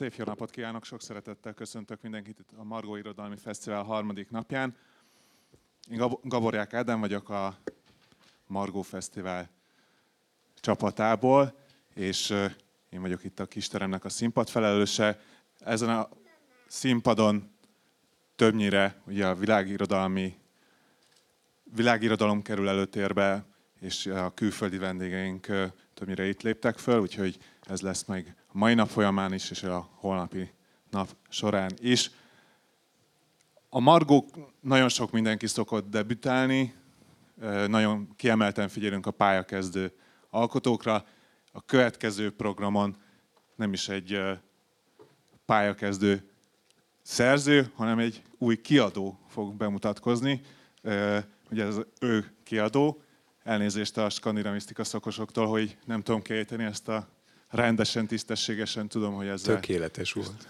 Szép jó napot kívánok, sok szeretettel köszöntök mindenkit itt a Margó Irodalmi Fesztivál harmadik napján. Én Gaborják Ádám vagyok a Margó Fesztivál csapatából, és én vagyok itt a kisteremnek a színpad felelőse. Ezen a színpadon többnyire ugye a világirodalom kerül előtérbe, és a külföldi vendégeink többnyire itt léptek föl, úgyhogy ez lesz meg a mai nap folyamán is, és a holnapi nap során is. A Margó nagyon sok mindenki szokott debütálni, nagyon kiemelten figyelünk a pályakezdő alkotókra. A következő programon nem is egy pályakezdő szerző, hanem egy új kiadó fog bemutatkozni. Ugye ez ő kiadó. Elnézést a skandinavisztika szakosoktól, hogy nem tudom kiejteni ezt a rendesen, tisztességesen, tudom, hogy ezzel... Tökéletes volt.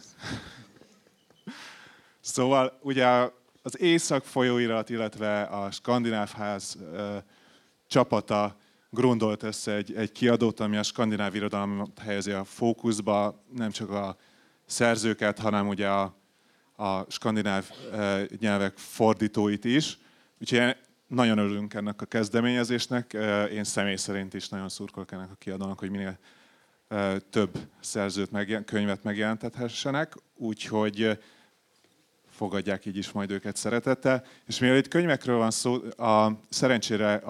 Szóval ugye az Észak folyóirat, illetve a Skandináv Ház csapata grundolt össze egy kiadót, ami a skandináv irodalmat helyezi a fókuszba, nem csak a szerzőket, hanem ugye a skandináv nyelvek fordítóit is. Úgyhogy nagyon örülünk ennek a kezdeményezésnek. Én személy szerint is nagyon szurkolok ennek a kiadónak, hogy minél több szerzőt, könyvet megjelentethessenek, úgyhogy fogadják így is majd őket szeretettel. És mivel itt könyvekről van szó, szerencsére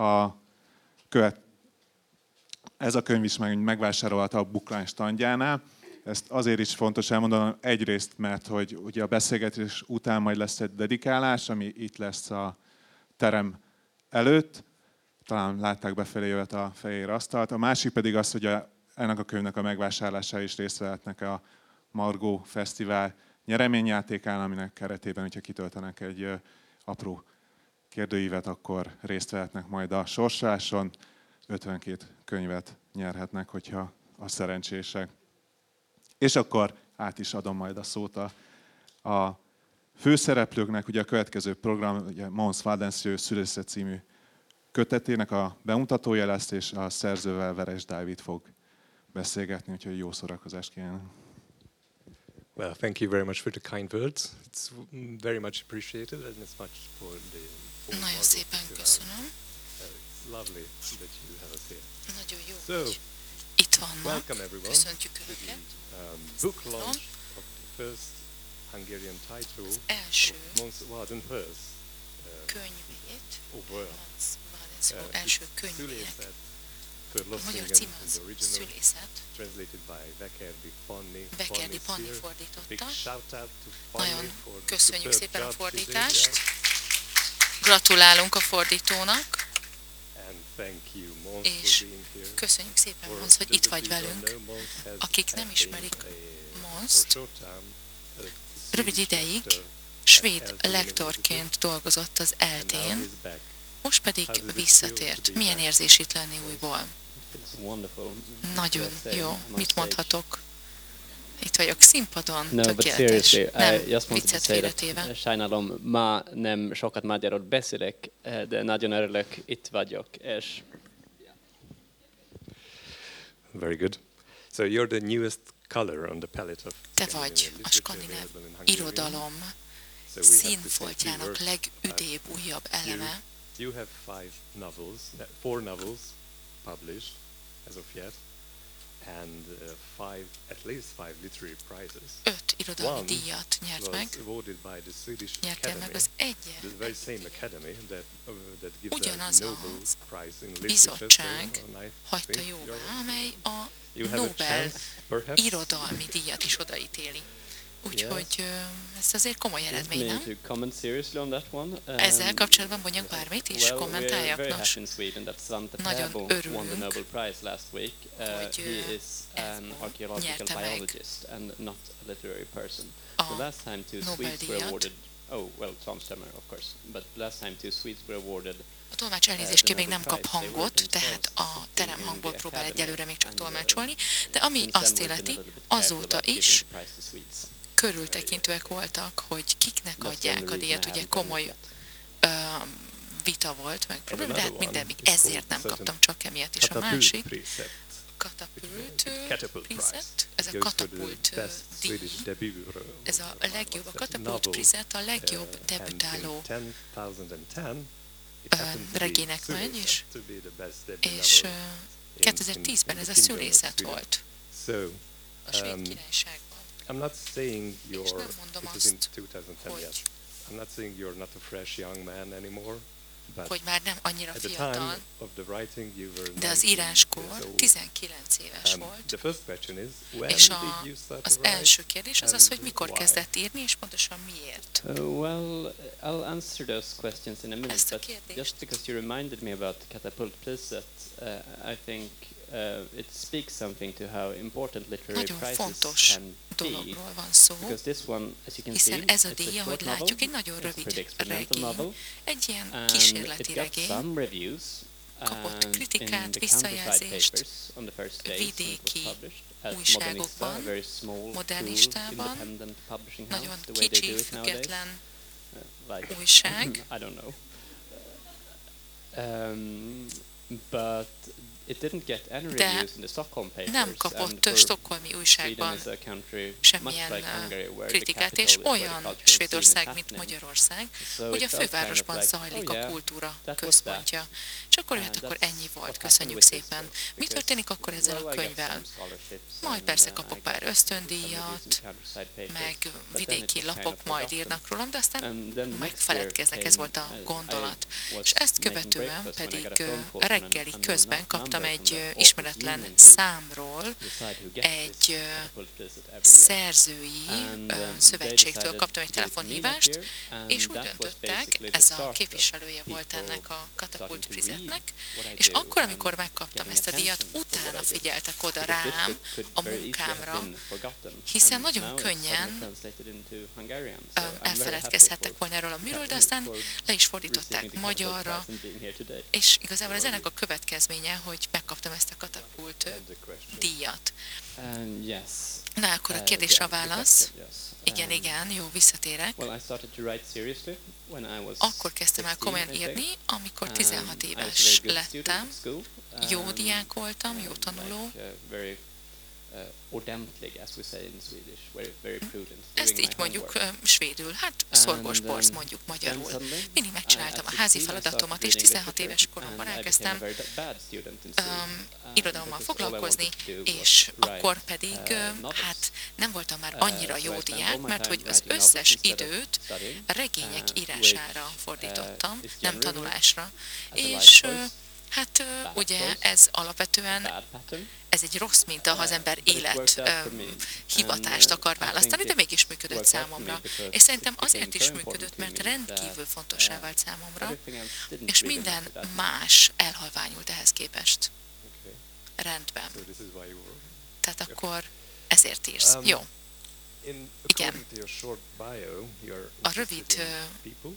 ez a könyv is megvásárolható a Bookline standjánál. Ezt azért is fontos elmondanom, egyrészt, mert hogy ugye a beszélgetés után majd lesz egy dedikálás, ami itt lesz a terem előtt. Talán látták befelé jövet a fehér asztalt. A másik pedig az, hogy ennek a könyvnek a megvásárlásá is részt vehetnek a Margó Fesztivál nyereményjátékán, aminek keretében, hogyha kitöltenek egy apró kérdőívet, akkor részt vehetnek majd a sorsoláson. 52 könyvet nyerhetnek, hogyha a szerencsések. És akkor át is adom majd a szót a főszereplőknek. Ugye a következő program, ugye Måns Waldensiö Szülészet című kötetének a bemutatója lesz, és a szerzővel Veres Dávid fog beszélgetni, úgyhogy jó szórakozást kívánok. Well, thank you very much for the kind words. It's very much appreciated, and as much for the. Nagyon szépen köszönöm. It's lovely that you have us here. Nagyon jó, So, hogy itt vannak. welcome everyone Köszöntjük to Önöket. the book launch of the first Hungarian title Első of Måns Waldensiö's könyvét, over Måns Waldensiö első könyvének. Szülészet, A magyar címe az Szülészet. translated by Vekerdi Panni. Vekerdi Panni Big fordította. shout out to Panni Nagyon for the köszönjük superb szépen a job she did fordítást. there. Gratulálunk a fordítónak, And thank you, Måns, és for being here. köszönjük szépen, For Måns, hogy those itt of vagy you who velünk. don't know, Måns has Akik nem been ismerik for Månst, short time, the rövid Swedish ideig lecturer svéd at LT lektorként dolgozott az and now ELTén, he's back. most pedig How does it visszatért. feel to be Milyen back? érzés itt lenni újból? It's wonderful. Nagyon Let's say, jó. on Mit stage. mondhatok? Itt vagyok színpadon, No, but tökéletes. seriously, Nem, I just wanted to viccet say félretéve. that sajnálom, ma nem sokat magyarul beszélek, de nagyon örülök, itt vagyok, és Very good. So you're the newest color on the palette of Te Scandinavian vagy a literature skandináv available in Hungarian. irodalom So we have to say a few színfoltjának words. legüdébb, újabb eleme. You have four novels published as of yet, and at least five literary prizes. 5 irodalmi One díjat nyert was meg. awarded by the Swedish Nyerte meg Academy, az the very same egyet. academy that gives Ugyanaz the a Nobel Prize in Literature. bizottság So, I hagyta think jóvá, you're- amely a you have a Nobel chance, perhaps. irodalmi díjat is odaítéli. Úgyhogy ez azért komoly eredmény, me nem? to comment seriously on that one. Ezzel kapcsolatban mondjak bármit is, Well, we're kommentáljak. very Nos, happy in Sweden that Svante nagyon Pääbo won the örülünk, Nobel Prize last week. hogy, He is an Pääbo archaeological nyerte meg biologist and not a literary person. a The last time two Swedes were Nobel-díjat. awarded. Oh well, Svanstemmer, of course. But last time two Swedes were awarded. A tolmács elnézést kér, még nem kap hangot, tehát a teremhangból próbál egyelőre még csak tolmácsolni, de ami azt illeti, azóta is körültekintőek voltak, hogy kiknek adják a díjat, ugye komoly vita volt, meg probléma, de hát minden, még ezért nem kaptam, csak emiatt is. A másik, Catapult Prize. prizet, ez a It goes for the katapult best díj, Swedish debut. ez a legjobb, a katapult novel, prizet a legjobb and debütáló in 2010, it happened to be regénynek megy, Szülészet, to be the best debut és novel in 2010-ben ez a the Kingdom of szülészet Sweden. volt So, a svéd királyságban. I'm not saying you're, nem mondom it was in azt, 2010, hogy- yes. I'm not saying you're not a fresh young man anymore, but Hogy már nem annyira at the fiatal, time of the writing you were de az 19 years íráskor old. 19 éves volt. The first question is, when És did you start az to write? első kérdés az az, hogy and mikor why? kezdett írni, és pontosan miért. Well, I'll answer those questions in a minute, Ezt a but kérdést. just because you reminded me about the catapult prizet, I think it speaks something to how important literary Nagyon prizes fontos can be. dologról van szó, Because this one, as you can hiszen see, ez a it's díj, a ahogy short novel, látjuk, egy nagyon it's a rövid pretty experimental regény, novel, egy ilyen and kísérleti it got regény, some reviews, kapott and kritikát, in the countryside visszajelzést papers on the first days when it was vidéki published at újságokban, Modernista, a very small, Modernistában, cool, independent publishing house, nagyon the way they kicsi, do it nowadays. független Like újság, I don't know. But it didn't get any de reviews in the Stockholm papers. nem and kapott for stockholmi Sweden újságban is a country much semmilyen like Hungary, where the kritikát, capital és is where the olyan cultural Svédország, scene is mint happening. Magyarország, So hogy a it felt fővárosban kind of like, zajlik oh a yeah, kultúra that was központja. És akkor And hát akkor that's ennyi what volt, happened köszönjük with this szépen. book, Mi because, történik akkor ezzel a well, I got könyvvel? some scholarships Majd and, persze I kapok got pár some reviews in ösztöndíjat, countryside papers, meg but then it vidéki was kind lapok of majd forgotten. írnak rólam, de aztán And then next year megfeledkeznek, ez volt a came, gondolat. I was És ezt making követően breakfast when I pedig got a phone call from an reggeli unknown közben kaptam number from egy the author's ismeretlen union who számról decide who gets egy this catapult prize every year. szerzői And, they szövetségtől decided kaptam egy to give me that telefonhívást, year, and és úgy that was döntöttek, basically the ez a start of képviselője volt people ennek a katapult starting to read fizetnek, what I és do akkor, amikor and megkaptam getting ezt a díjat, attention for what utána I do. figyeltek oda Because this rám, book could a very easily have munkámra, been forgotten, hiszen and nagyon now it's könnyen suddenly translated into Hungarian, so I'm very happy elfeledkezhettek for volna erről a műről, de for aztán le is fordították receiving the Catapult magyarra, Prize and being here today. és igazából ez ennek a következménye, hogy megkaptam ezt a katapult díjat. Yes. Na, akkor a the kérdésre a question, válasz. yes. Igen, igen, jó, visszatérek. Well, I started to write seriously when I was Akkor kezdtem el 16, komolyan I think. írni, amikor 16 I was a éves very good student lettem. at school. Jó diák voltam, jó tanuló. Like, very ordentlig, as we say in Swedish, very prudent. Ezt doing így my mondjuk homework. svédül, hát szorgos borz mondjuk Then magyarul. suddenly, Mindig megcsináltam a at házi 16 I feladatomat, started és reading 16 literature, éves koromban and I elkezdtem became a very bad student in school. irodalommal Because all I foglalkozni, wanted to do was és write, akkor pedig novels. hát nem voltam már annyira So jó I spent all diák, my mert time hogy az writing novels összes instead of időt studying, regények which, írására fordítottam, is nem generally tanulásra. as a life És choice, hát bad ugye choice, ez alapvetően bad pattern. ez egy rossz minta, ha az ember But it élet worked out for me. hivatást akar I választani, think de it mégis működött worked out for me számomra. because És szerintem it became azért is very important működött, to mert me rendkívül that, fontossá vált számomra, everything else didn't és really minden matter that much. más elhalványult ehhez képest. Okay. Rendben. So this is why you wrote. Tehát akkor ezért írsz. Jó. In Igen. according to your short bio, you're A rövid interested in people.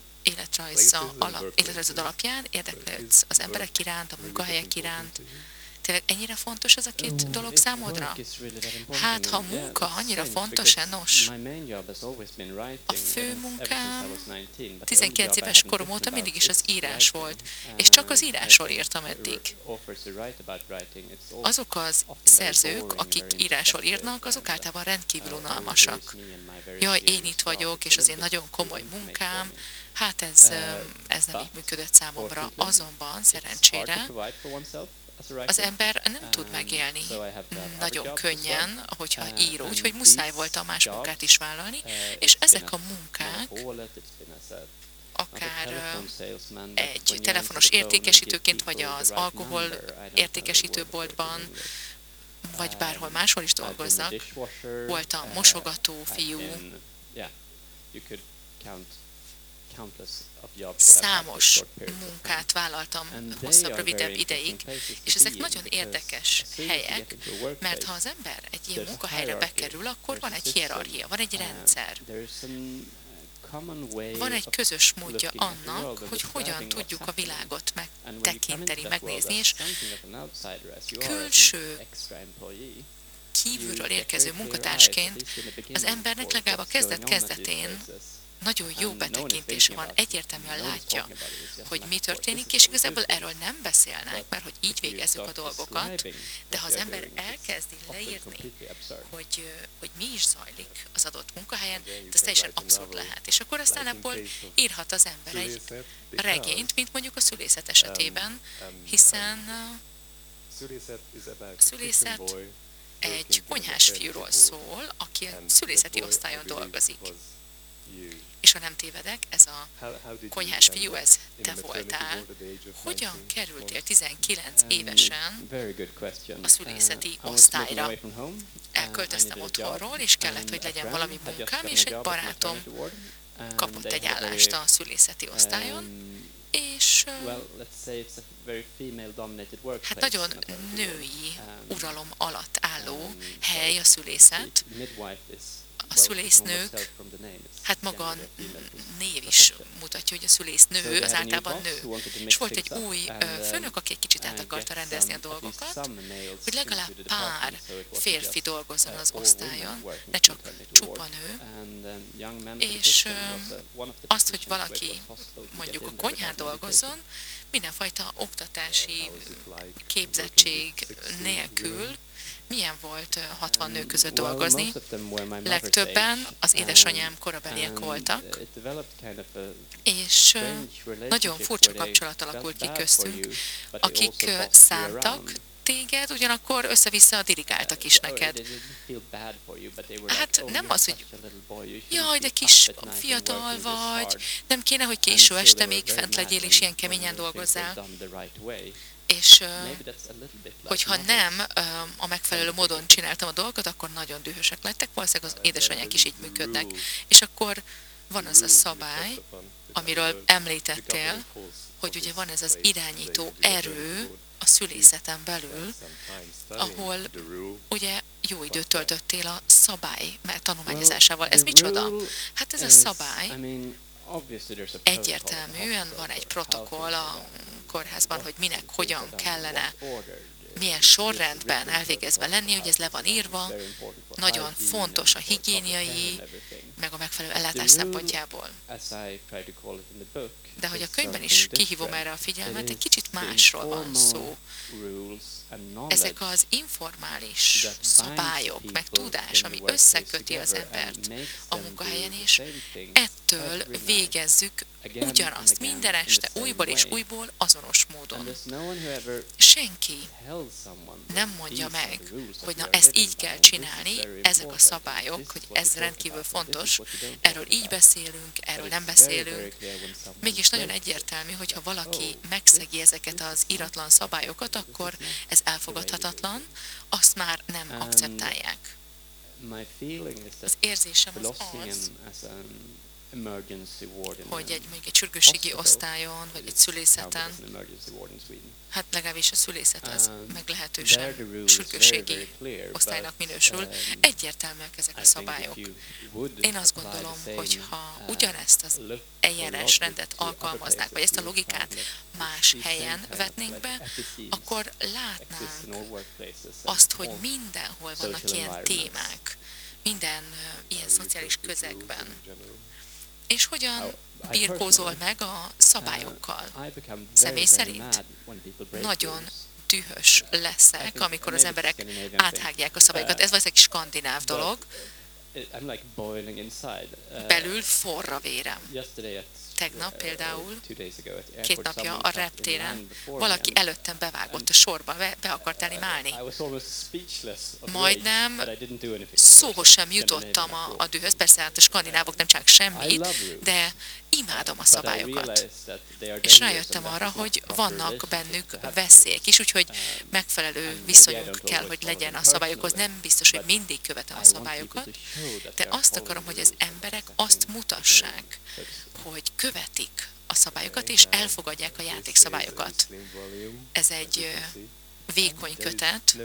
életrajzod alapján érdeklődsz az emberek iránt, a munkahelyek iránt. Tényleg ennyire fontos ez a két dolog számodra? Hát, ha munka annyira fontos-e, nos, a fő munkám 19 éves korom óta mindig is az írás volt, és csak az írásról írtam eddig. Azok az szerzők, akik írásról írnak, azok általában rendkívül unalmasak. Jaj, én itt vagyok, és az én nagyon komoly munkám, hát ez nem így működött számomra. Azonban, szerencsére, az ember nem tud megélni nagyon könnyen, hogyha író, úgyhogy muszáj volt a más munkát is vállalni, és ezek a munkák akár egy telefonos értékesítőként, vagy az alkohol értékesítőboltban, vagy bárhol máshol is dolgozzak. Voltam mosogató fiú, számos munkát vállaltam hosszabb, rövidebb ideig, és ezek nagyon érdekes helyek, mert ha az ember egy ilyen munkahelyre bekerül, akkor van egy hierarchia, van egy rendszer. Van egy közös módja annak, hogy hogyan tudjuk a világot megtekinteni, megnézni, és külső, kívülről érkező munkatársként az embernek legalább a kezdet-kezdetén nagyon jó betekintése van, egyértelműen látja, hogy mi történik, és igazából erről nem beszélnek, mert hogy így végezzük a dolgokat, de ha az ember elkezdi leírni, hogy mi is zajlik az adott munkahelyen, ez teljesen abszurd lehet. És akkor aztán ebből írhat az ember egy regényt, mint mondjuk a szülészet esetében, hiszen a szülészet egy konyhás fiúról szól, aki a szülészeti osztályon dolgozik. És ha nem tévedek, ez a konyhás fiú, ez te voltál. Hogyan kerültél 19 évesen a szülészeti osztályra? Elköltöztem otthonról, és kellett, hogy legyen valami munkám, és egy barátom kapott egy állást a szülészeti osztályon, és hát nagyon női uralom alatt álló hely a szülészet. A szülésznők, hát maga a név is mutatja, hogy a szülésznő az általában nő. És volt egy új főnök, aki egy kicsit át akarta rendezni a dolgokat, hogy legalább pár férfi dolgozzon az osztályon, ne csak csupa nő, és azt, hogy valaki mondjuk a konyhán dolgozzon, mindenfajta oktatási képzettség nélkül, milyen volt 60 nő között dolgozni? Legtöbben az édesanyám korabeliek voltak, és nagyon furcsa kapcsolat alakult ki köztünk, akik szántak téged, ugyanakkor össze-vissza dirigáltak is neked. Hát nem az, hogy jaj, de kis fiatal vagy, nem kéne, hogy késő este még fent legyél és ilyen keményen dolgozzál. És hogyha nem a megfelelő módon csináltam a dolgot, akkor nagyon dühösek lettek, valószínűleg az édesanyák is így működnek. És akkor van az a szabály, amiről említettél, hogy ugye van ez az irányító erő a szülészeten belül, ahol ugye jó időt töltöttél a szabály tanulmányozásával. Ez micsoda? Hát ez a szabály egyértelműen van egy protokoll a kórházban, hogy minek, hogyan kellene, milyen sorrendben elvégezve lenni, hogy ez le van írva, nagyon fontos a higiéniai, meg a megfelelő ellátás szempontjából. De hogy a könyvben is kihívom erre a figyelmet, egy kicsit másról van szó. Ezek az informális szabályok, meg tudás, ami összeköti az embert a munkahelyen, és ettől végezzük ugyanazt minden este, újból és újból, azonos módon. Senki nem mondja meg, hogy na ezt így kell csinálni, ezek a szabályok, hogy ez rendkívül fontos, erről így beszélünk, erről nem beszélünk. Mégis nagyon egyértelmű, hogyha valaki megszegi ezeket az íratlan szabályokat, akkor ez elfogadhatatlan, azt már nem akceptálják. Az érzésem az az, hogy mondjuk egy sürgősségi osztályon, vagy egy szülészeten, hát legalábbis a szülészet az meglehetősen sürgősségi osztálynak minősül. Egyértelműek ezek a szabályok. Én azt gondolom, hogy ha ugyanezt az eljárásrendet alkalmaznák, vagy ezt a logikát más helyen vetnénk be, akkor látnánk azt, hogy mindenhol vannak ilyen témák, minden ilyen szociális közegben. És hogyan birkózol meg a szabályokkal? Személy szerint nagyon dühös leszek, amikor az emberek áthágják a szabályokat. Ez valószínűleg skandináv dolog. Belül forr a vérem. Tegnap például, 2 napja a reptéren valaki előttem bevágott a sorba, be akart animálni. Majdnem szóhoz sem jutottam a dühöz, persze hát a skandinávok nem csak semmit, de imádom a szabályokat. És rájöttem arra, hogy vannak bennük veszélyek is, úgyhogy megfelelő viszonyunk kell, hogy legyen a szabályokhoz. Nem biztos, hogy mindig követem a szabályokat, de azt akarom, hogy az emberek azt mutassák, hogy követik a szabályokat, és elfogadják a játékszabályokat. Ez egy vékony kötet,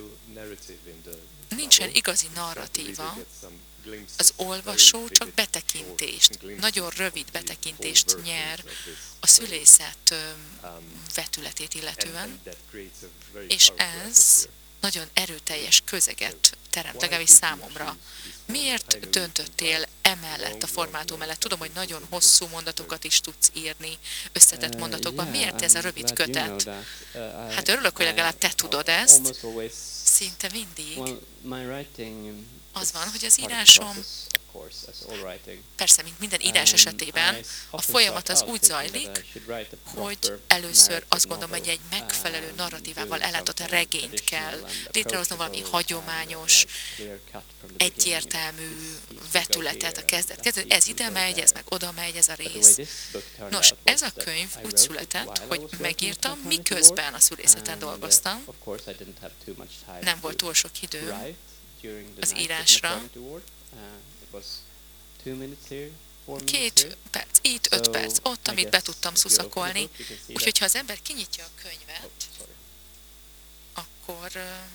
nincsen igazi narratíva, az olvasó csak betekintést, nagyon rövid betekintést nyer a szülészet vetületét illetően, és ez nagyon erőteljes közeget teremt, legalábbis számomra. Miért döntöttél emellett a formátum mellett? Tudom, hogy nagyon hosszú mondatokat is tudsz írni, összetett mondatokban. Miért ez a rövid kötet? Hát örülök, hogy legalább te tudod ezt. Szinte mindig az van, hogy az írásom, persze, mint minden írás esetében, a folyamat az úgy zajlik, hogy először azt gondolom, hogy egy megfelelő narratívával ellátott regényt kell létrehoznom, valami hagyományos, egyértelmű vetületet a kezdet. Ez ide megy, ez meg oda megy, ez a rész. Nos, ez a könyv úgy született, hogy megírtam, miközben a szülészeten dolgoztam. Nem volt túl sok időm az írásra. 2 perc itt, 5 perc ott, amit be tudtam szuszakolni. Úgyhogy ha az ember kinyitja a könyvet, akkor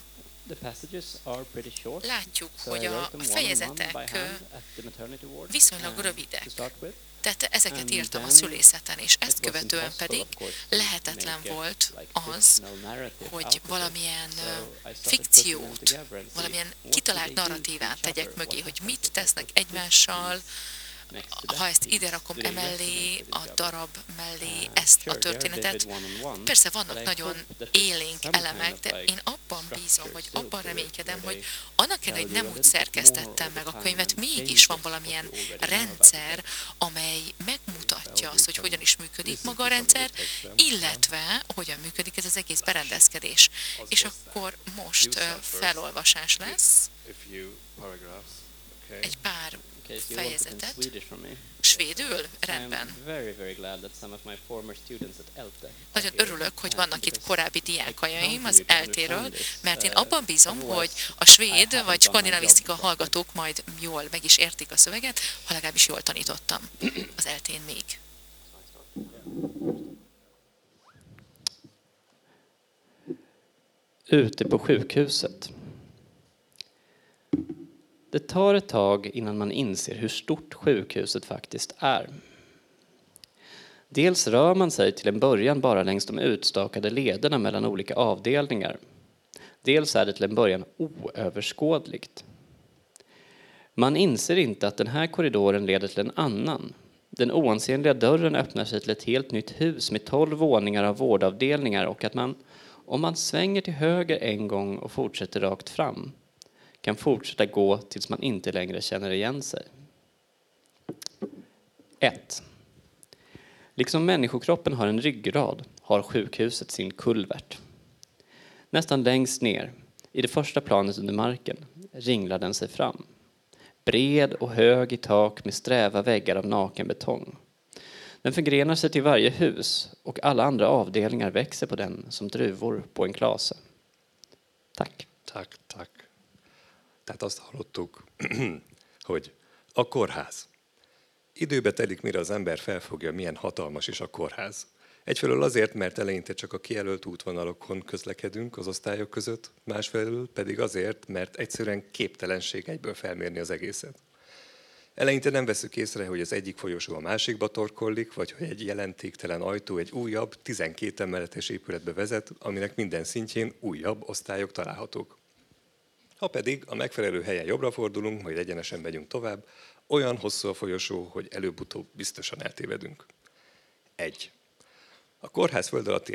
látjuk, hogy a fejezetek viszonylag rövidek. Tehát ezeket írtam a szülészeten, és ezt követően pedig lehetetlen volt az, hogy valamilyen fikciót, valamilyen kitalált narratívát tegyek mögé, hogy mit tesznek egymással, ha ezt ide rakom emellé, a darab mellé ezt a történetet. Persze vannak nagyon élénk elemek, de én abban bízom, vagy abban reménykedem, hogy annak ellenére, hogy nem úgy szerkesztettem meg a könyvet, mégis van valamilyen rendszer, amely megmutatja azt, hogy hogyan is működik maga a rendszer, illetve hogyan működik ez az egész berendezkedés. És akkor most felolvasás lesz, egy pár fejezetet. Svédül? Rendben. Nagyon örülök, hogy vannak itt korábbi diákaim az ELTE-ről, mert én abban bízom, hogy a svéd vagy skandinavisztika hallgatók majd jól meg is értik a szöveget, ha legalábbis jól tanítottam az ELTE-n még. Ute på sjukhuset. Det tar ett tag innan man inser hur stort sjukhuset faktiskt är. Dels rör man sig till en början bara längs de utstakade lederna mellan olika avdelningar. Dels är det till en början oöverskådligt. Man inser inte att den här korridoren leder till en annan. Den oansenliga dörren öppnar sig till ett helt nytt hus med 12 våningar av vårdavdelningar och att man, om man svänger till höger en gång och fortsätter rakt fram, kan fortsätta gå tills man inte längre känner igen sig. 1. Liksom människokroppen har en ryggrad har sjukhuset sin kulvert. Nästan längst ner, i det första planet under marken, ringlar den sig fram. Bred och hög i tak med sträva väggar av naken betong. Den förgrenar sig till varje hus och alla andra avdelningar växer på den som druvor på en klase. Tack. Tack. Tehát azt hallottuk, hogy a kórház. Időbe telik, mire az ember felfogja, milyen hatalmas is a kórház. Egyfelől azért, mert eleinte csak a kijelölt útvonalokon közlekedünk az osztályok között, másfelől pedig azért, mert egyszerűen képtelenség egyből felmérni az egészet. Eleinte nem veszük észre, hogy az egyik folyosó a másikba torkollik, vagy hogy egy jelentéktelen ajtó egy újabb, 12 emeletes épületbe vezet, aminek minden szintjén újabb osztályok találhatók. Ha pedig a megfelelő helyen jobbra fordulunk, majd egyenesen megyünk tovább, olyan hosszú a folyosó, hogy előbb-utóbb biztosan eltévedünk. 1. A kórház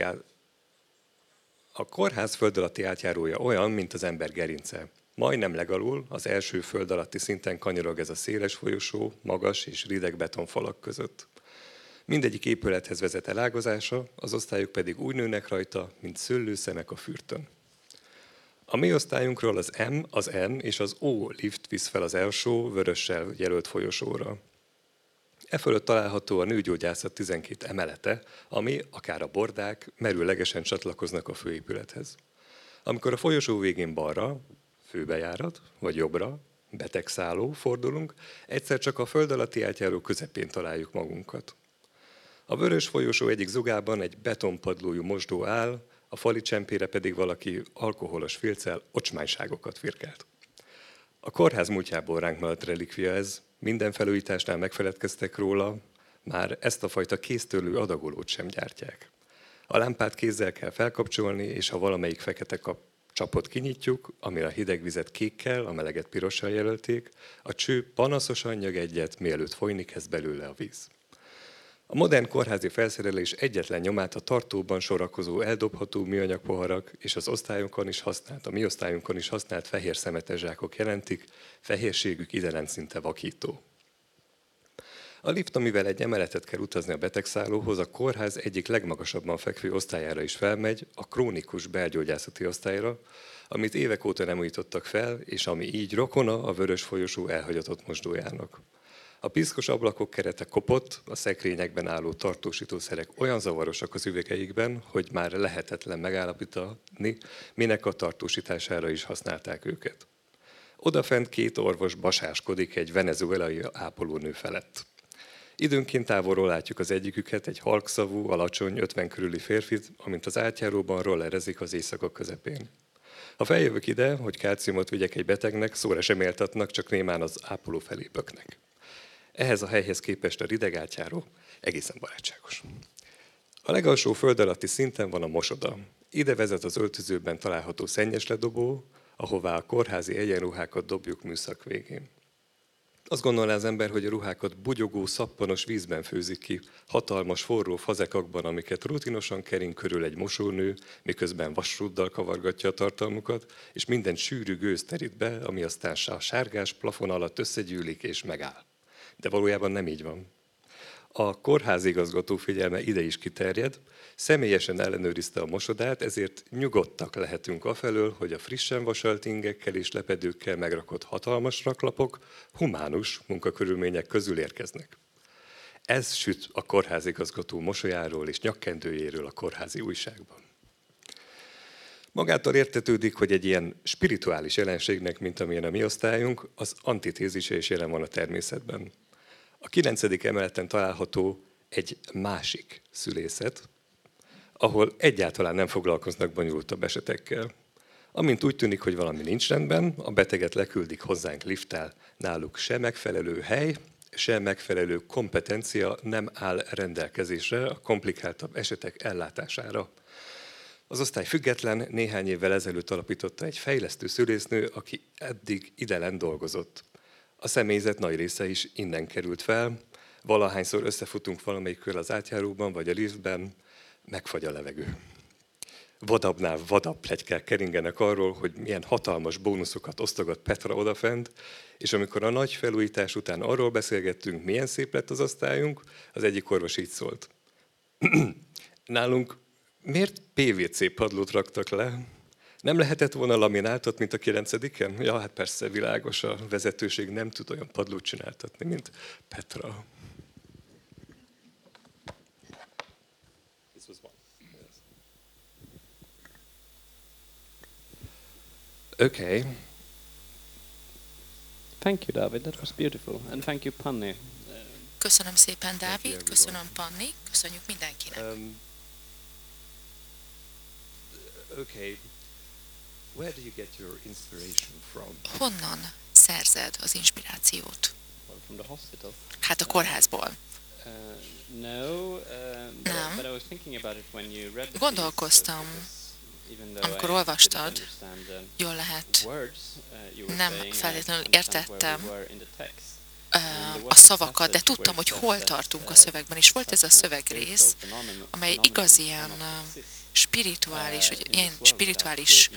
föld alatti átjárója olyan, mint az ember gerince. Majdnem legalul, az első föld alatti szinten kanyarog ez a széles folyosó, magas és rideg betonfalak között. Mindegyik épülethez vezet elágazása, az osztályok pedig úgy nőnek rajta, mint szőlőszemek a fürtön. A mi osztályunkról az M, az N és az O lift visz fel az első vörössel jelölt folyosóra. E fölött található a nőgyógyászat 12 emelete, ami, akár a bordák, merőlegesen csatlakoznak a főépülethez. Amikor a folyosó végén balra, főbejárat, vagy jobbra, betegszálló fordulunk, egyszer csak a föld alatti átjáró közepén találjuk magunkat. A vörös folyosó egyik zugában egy betonpadlójú mosdó áll, a fali csempére pedig valaki alkoholos filccel ocsmányságokat firkált. A kórház múltjából ránk maradt relikvia ez, minden felújításnál megfeledkeztek róla, már ezt a fajta kéztörlő adagolót sem gyártják. A lámpát kézzel kell felkapcsolni, és ha valamelyik fekete csapot kinyitjuk, amire a hideg vizet kékkel, a meleget pirossal jelölték, a cső panaszosan nyög egyet, mielőtt folyni kezd belőle a víz. A modern kórházi felszerelés egyetlen nyomát a tartóban sorakozó eldobható műanyag poharak és a mi osztályunkon is használt fehér szemetes zsákok jelentik, fehérségük idelen szinte vakító. A lift, amivel egy emeletet kell utazni a betegszállóhoz, a kórház egyik legmagasabban fekvő osztályára is felmegy, a krónikus belgyógyászati osztályra, amit évek óta nem újítottak fel, és ami így rokona a vörös folyosó elhagyatott mosdójának. A piszkos ablakok kerete kopott, a szekrényekben álló tartósítószerek olyan zavarosak az üvegeikben, hogy már lehetetlen megállapítani, minek a tartósítására is használták őket. Odafent 2 orvos basáskodik egy venezuelai ápolónő felett. Időnként távolról látjuk az egyiküket, egy halkszavú, alacsony, 50 körüli férfit, amint az átjáróban rollerezik az éjszaka közepén. Ha feljövök ide, hogy kálciumot vigyek egy betegnek, szóra sem éltatnak, csak némán az ápoló felé böknek. Ehhez a helyhez képest a rideg átjáró egészen barátságos. A legalsó föld alatti szinten van a mosoda. Ide vezet az öltözőben található szennyesledobó, ahová a kórházi egyenruhákat dobjuk műszak végén. Azt gondolná az ember, hogy a ruhákat bugyogó, szappanos vízben főzik ki, hatalmas forró fazekakban, amiket rutinosan kering körül egy mosónő, miközben vasrúddal kavargatja a tartalmukat, és minden sűrű gőz terít be, ami aztán a sárgás plafon alatt összegyűlik és megáll. De valójában nem így van. A kórházigazgató figyelme ide is kiterjed, személyesen ellenőrizte a mosodát, ezért nyugodtak lehetünk afelől, hogy a frissen vasalt ingekkel és lepedőkkel megrakott hatalmas raklapok humánus munkakörülmények közül érkeznek. Ez süt a kórházigazgató mosolyáról és nyakkendőjéről a kórházi újságban. Magától értetődik, hogy egy ilyen spirituális jelenségnek, mint amilyen a mi osztályunk, az antitézise is jelen van a természetben. A 9. emeleten található egy másik szülészet, ahol egyáltalán nem foglalkoznak bonyolultabb esetekkel. Amint úgy tűnik, hogy valami nincs rendben, a beteget leküldik hozzánk lifttel. Náluk se megfelelő hely, se megfelelő kompetencia nem áll rendelkezésre a komplikáltabb esetek ellátására. Az osztály független, néhány évvel ezelőtt alapította egy fejlesztő szülésznő, aki eddig idelen dolgozott. A személyzet nagy része is innen került fel. Valahányszor összefutunk valamelyikről az átjáróban vagy a liftben, megfagy a levegő. Vadabbnál vadabb pletykák keringenek arról, hogy milyen hatalmas bónuszokat osztogat Petra odafent, és amikor a nagy felújítás után arról beszélgettünk, milyen szép lett az osztályunk, az egyik orvos így szólt. Nálunk miért PVC padlót raktak le? Nem lehetett volna lamináltat, mint a 9-en? Ja, hát persze, világos, a vezetőség nem tud olyan padlót csináltatni, mint Petra. Okay. Thank you, David. That was beautiful. And thank you, Panni. Köszönöm szépen, Dávid, köszönöm, Panni, köszönjük mindenkinek. Okay. Where do you get your inspiration from? Honnan szerzed az inspirációt? Well, from the hospital. Hát a kórházból. No, Nem. but I was thinking about it when you read the Gondolkoztam, amikor olvastad, jól lehet, nem feltétlenül értettem a szavakat, de tudtam, hogy hol tartunk a szövegben, és volt ez a szövegrész, amely igazán spirituális, hogy ilyen spirituális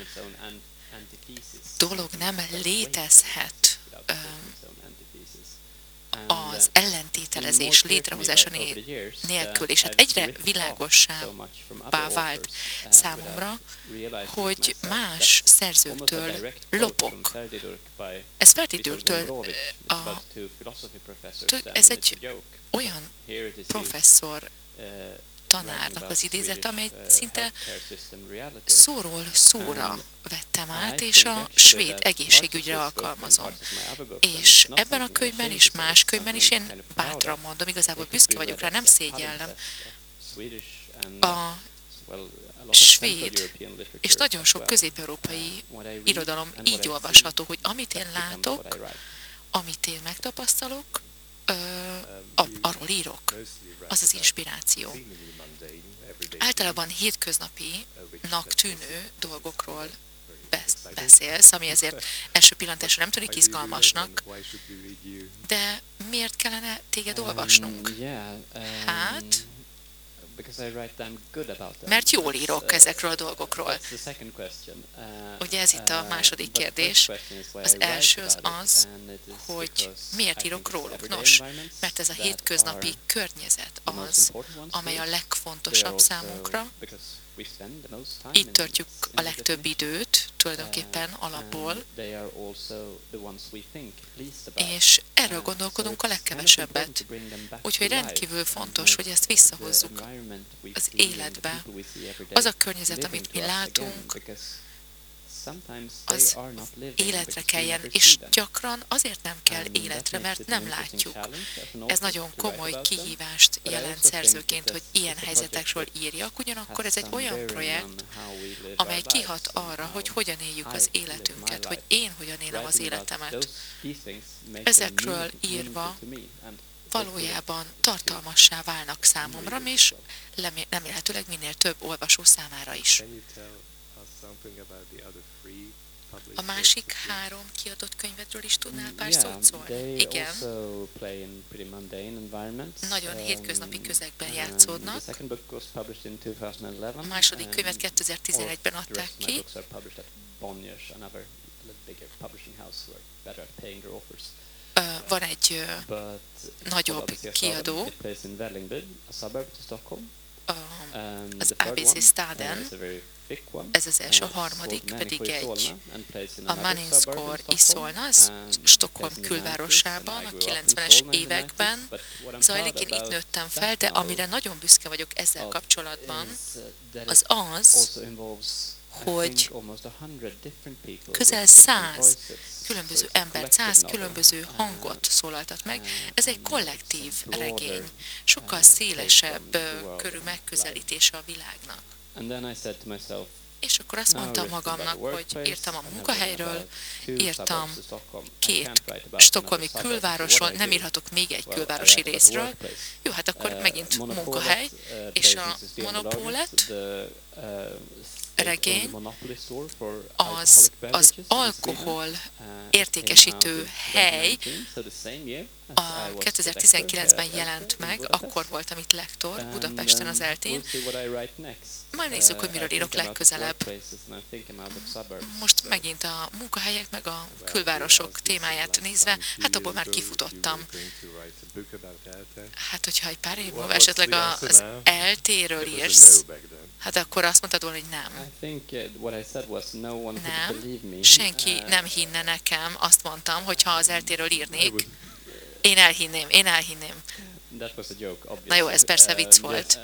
dolog nem létezhet az ellentételezés létrehozása nélkül, és hát egyre világosabbá vált számomra, hogy más szerzőktől lopok. Ez feltétlenül ez egy olyan professzor tanárnak az idézet, amely szinte szóról szóra vettem át, és a svéd egészségügyre alkalmazom. És ebben a könyvben és más könyvben is én bátran mondom, igazából büszke vagyok rá, nem szégyellem. A svéd és nagyon sok közép-európai irodalom így olvasható, hogy amit én látok, amit én megtapasztalok, arról írok. Az az inspiráció. Általában hétköznapinak tűnő dolgokról beszélsz, ami ezért első pillantásra nem tűnik izgalmasnak, de miért kellene téged olvasnunk? Hát, mert jól írok ezekről a dolgokról. Ugye ez itt a második kérdés. Az első az, hogy miért írok róluk. Nos, mert ez a hétköznapi környezet az, amely a legfontosabb számunkra. Itt töltjük a legtöbb időt, tulajdonképpen alapból, és erről gondolkodunk a legkevesebbet. Úgyhogy rendkívül fontos, hogy ezt visszahozzuk az életbe. Az a környezet, amit mi látunk, az életre keljen, és gyakran azért nem kell életre, mert nem látjuk. Ez nagyon komoly kihívást jelent szerzőként, hogy ilyen helyzetekről írjak, ugyanakkor ez egy olyan projekt, amely kihat arra, hogy hogyan éljük az életünket, hogy én hogyan élem az életemet. Ezekről írva valójában tartalmassá válnak számomra, és remélhetőleg minél több olvasó számára is. A másik 3 kiadott könyvedről is tudnál pár szót szólni? Igen. Nagyon hétköznapi közegben játszódnak. A második könyvet 2011-ben adták ki. Van egy nagyobb kiadó, az ABC Staden, ez az első, a harmadik pedig a Maninskor Isolna, ez Stockholm külvárosában, a 90-es években zajlik. Én itt nőttem fel, de amire nagyon büszke vagyok ezzel kapcsolatban, az az, hogy közel 100 különböző embert, 100 különböző hangot szólaltat meg. Ez egy kollektív regény, sokkal szélesebb körű megközelítése a világnak. És akkor azt mondtam magamnak, hogy írtam a munkahelyről, írtam 2 stockholmi külvárosról, nem írhatok még egy külvárosi részről. Jó, hát akkor megint munkahely, és a Monopolet regény az alkohol értékesítő hely, a 2019-ben jelent meg, akkor voltam itt lektor Budapesten az Eltén. Majd nézzük, hogy miről írok legközelebb. Most megint a munkahelyek meg a külvárosok témáját nézve, hát abból már kifutottam. Hát, hogyha egy pár év múlva esetleg az Eltéről írsz, hát akkor azt mondtad volna, hogy nem. Nem, senki nem hinne nekem, azt mondtam, hogy ha az Eltéről írnék, én elhinném. Na jó, ez persze vicc volt.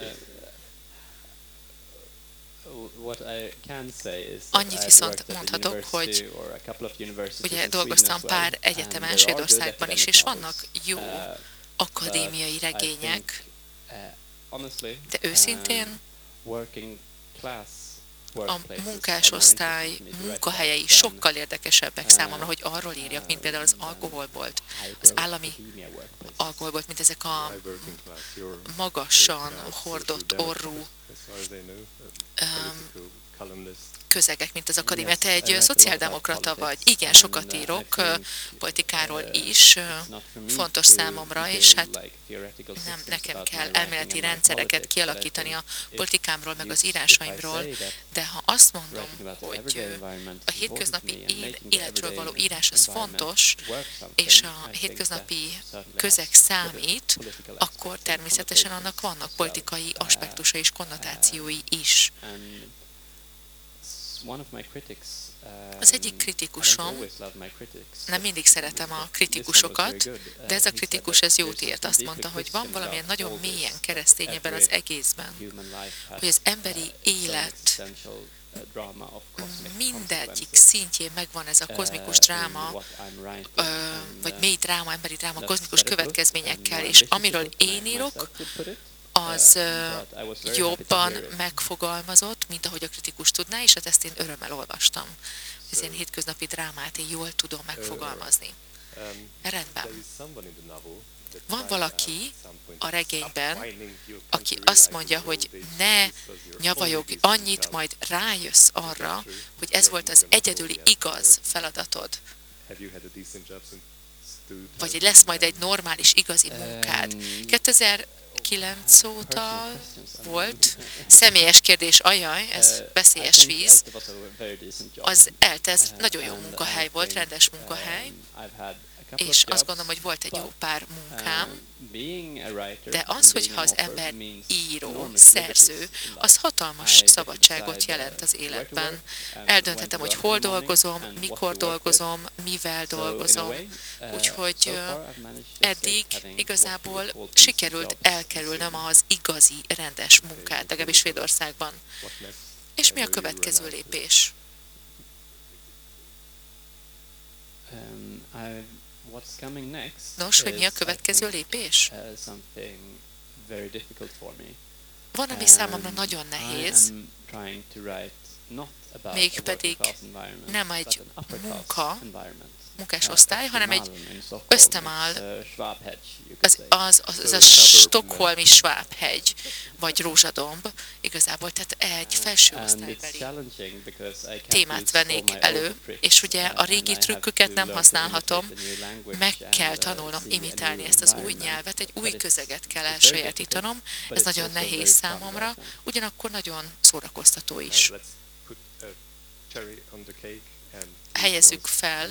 Annyit viszont mondhatok, hogy ugye dolgoztam pár egyetemen Svédországban is, és vannak jó akadémiai regények, de őszintén a munkásosztály munkahelyei sokkal érdekesebbek számomra, hogy arról írjak, mint például az alkoholbolt, az állami alkoholbolt, mint ezek a magasan hordott orrú közegek, mint az akadémia. Te egy szociáldemokrata vagy. Igen, sokat írok politikáról is, fontos számomra, és hát nem nekem kell elméleti rendszereket kialakítani a politikámról, meg az írásaimról, de ha azt mondom, hogy a hétköznapi életről való írás az fontos, és a hétköznapi közeg számít, akkor természetesen annak vannak politikai aspektusai és konnotációi is. Az egyik kritikusom, nem mindig szeretem a kritikusokat, de ez a kritikus ez jót ért. Azt mondta, hogy van valamilyen nagyon mélyen keresztény ebben az egészben, hogy az emberi élet mindegyik szintjén megvan ez a kozmikus dráma, vagy mély dráma, emberi dráma, kozmikus következményekkel, és amiről én írok, az jobban megfogalmazott, mint ahogy a kritikus tudná, és hát ezt én örömmel olvastam. Az én hétköznapi drámát én jól tudom megfogalmazni. Rendben. There is someone in the novel that Van tries valaki at some point a to regényben, stop whining, you'll come aki to azt realize mondja, in the hogy old days ne that this was your nyavajogj only annyit, decent majd rájössz arra, true. hogy ez volt az egyedüli igaz feladatod. Have you had a decent job since Vagy hogy lesz majd egy normális, igazi munkád. 2009 óta volt. Személyes kérdés, ajaj, ez veszélyes víz. Az ELTE nagyon jó munkahely volt, rendes munkahely, és azt gondolom, hogy volt egy jó pár munkám, de az, hogyha az ember író, szerző, az hatalmas szabadságot jelent az életben. Eldönthetem, hogy hol dolgozom, mikor dolgozom, mivel dolgozom. Úgyhogy eddig igazából sikerült elkerülnöm az igazi, rendes munkát, legalábbis Svédországban. És mi a következő lépés? What's coming next? Nos, hogy mi a következő lépés? Something very difficult for me. Van, ami számomra nagyon nehéz, mégpedig nem egy munkásosztály, hanem egy Ösztemál, az a stockholmi Schwab-hegy, vagy Rózsadomb, igazából, tehát egy felső osztálybeli témát vennék elő, és ugye a régi trükköket nem használhatom, meg kell tanulnom imitálni ezt az új nyelvet, egy új közeget kell elsajátítanom, ez nagyon nehéz számomra, ugyanakkor nagyon szórakoztató is. Helyezzük fel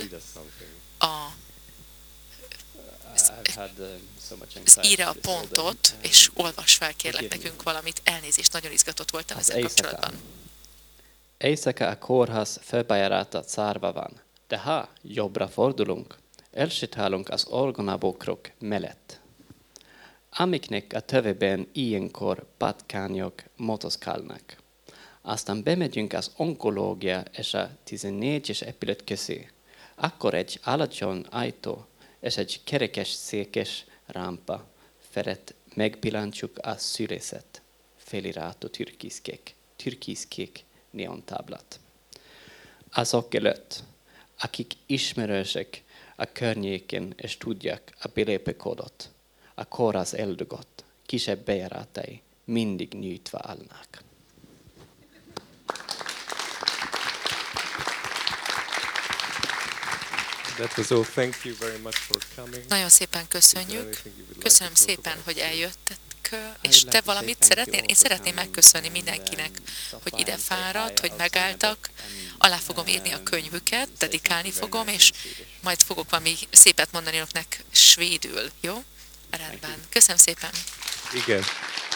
az íre a pontot, és olvas fel, kérlek nekünk valamit. Elnézést, nagyon izgatott voltam ezzel kapcsolatban. Éjszaka a kórház felbejáratot zárva van, de ha jobbra fordulunk, elsétálunk az orgonabokrok mellett, amiknek a tövében ilyenkor patkányok motoszkálnak. Aztán bemegyünk az onkológia és a 14-es epület közé. Akkor egy alacsony ajtó és egy kerekes székes rámpa felett megpillantjuk a szülészet feliratú türkiszkék neontáblát. Azok előtt, akik ismerősek a környéken és tudják a belépőkódot, a kórház eldugott kisebb bejáratai mindig nyújtva állnak. That was all. Thank you very much for coming. Nagyon szépen köszönjük. Köszönöm szépen, hogy eljöttek. És te valamit szeretnél? Én szeretném megköszönni mindenkinek, hogy ide fáradt, hogy megálltak. Alá fogom írni a könyvüket, dedikálni fogom, és majd fogok valami szépet mondani önöknek svédül, jó? Rendben. Köszönöm szépen. Igen.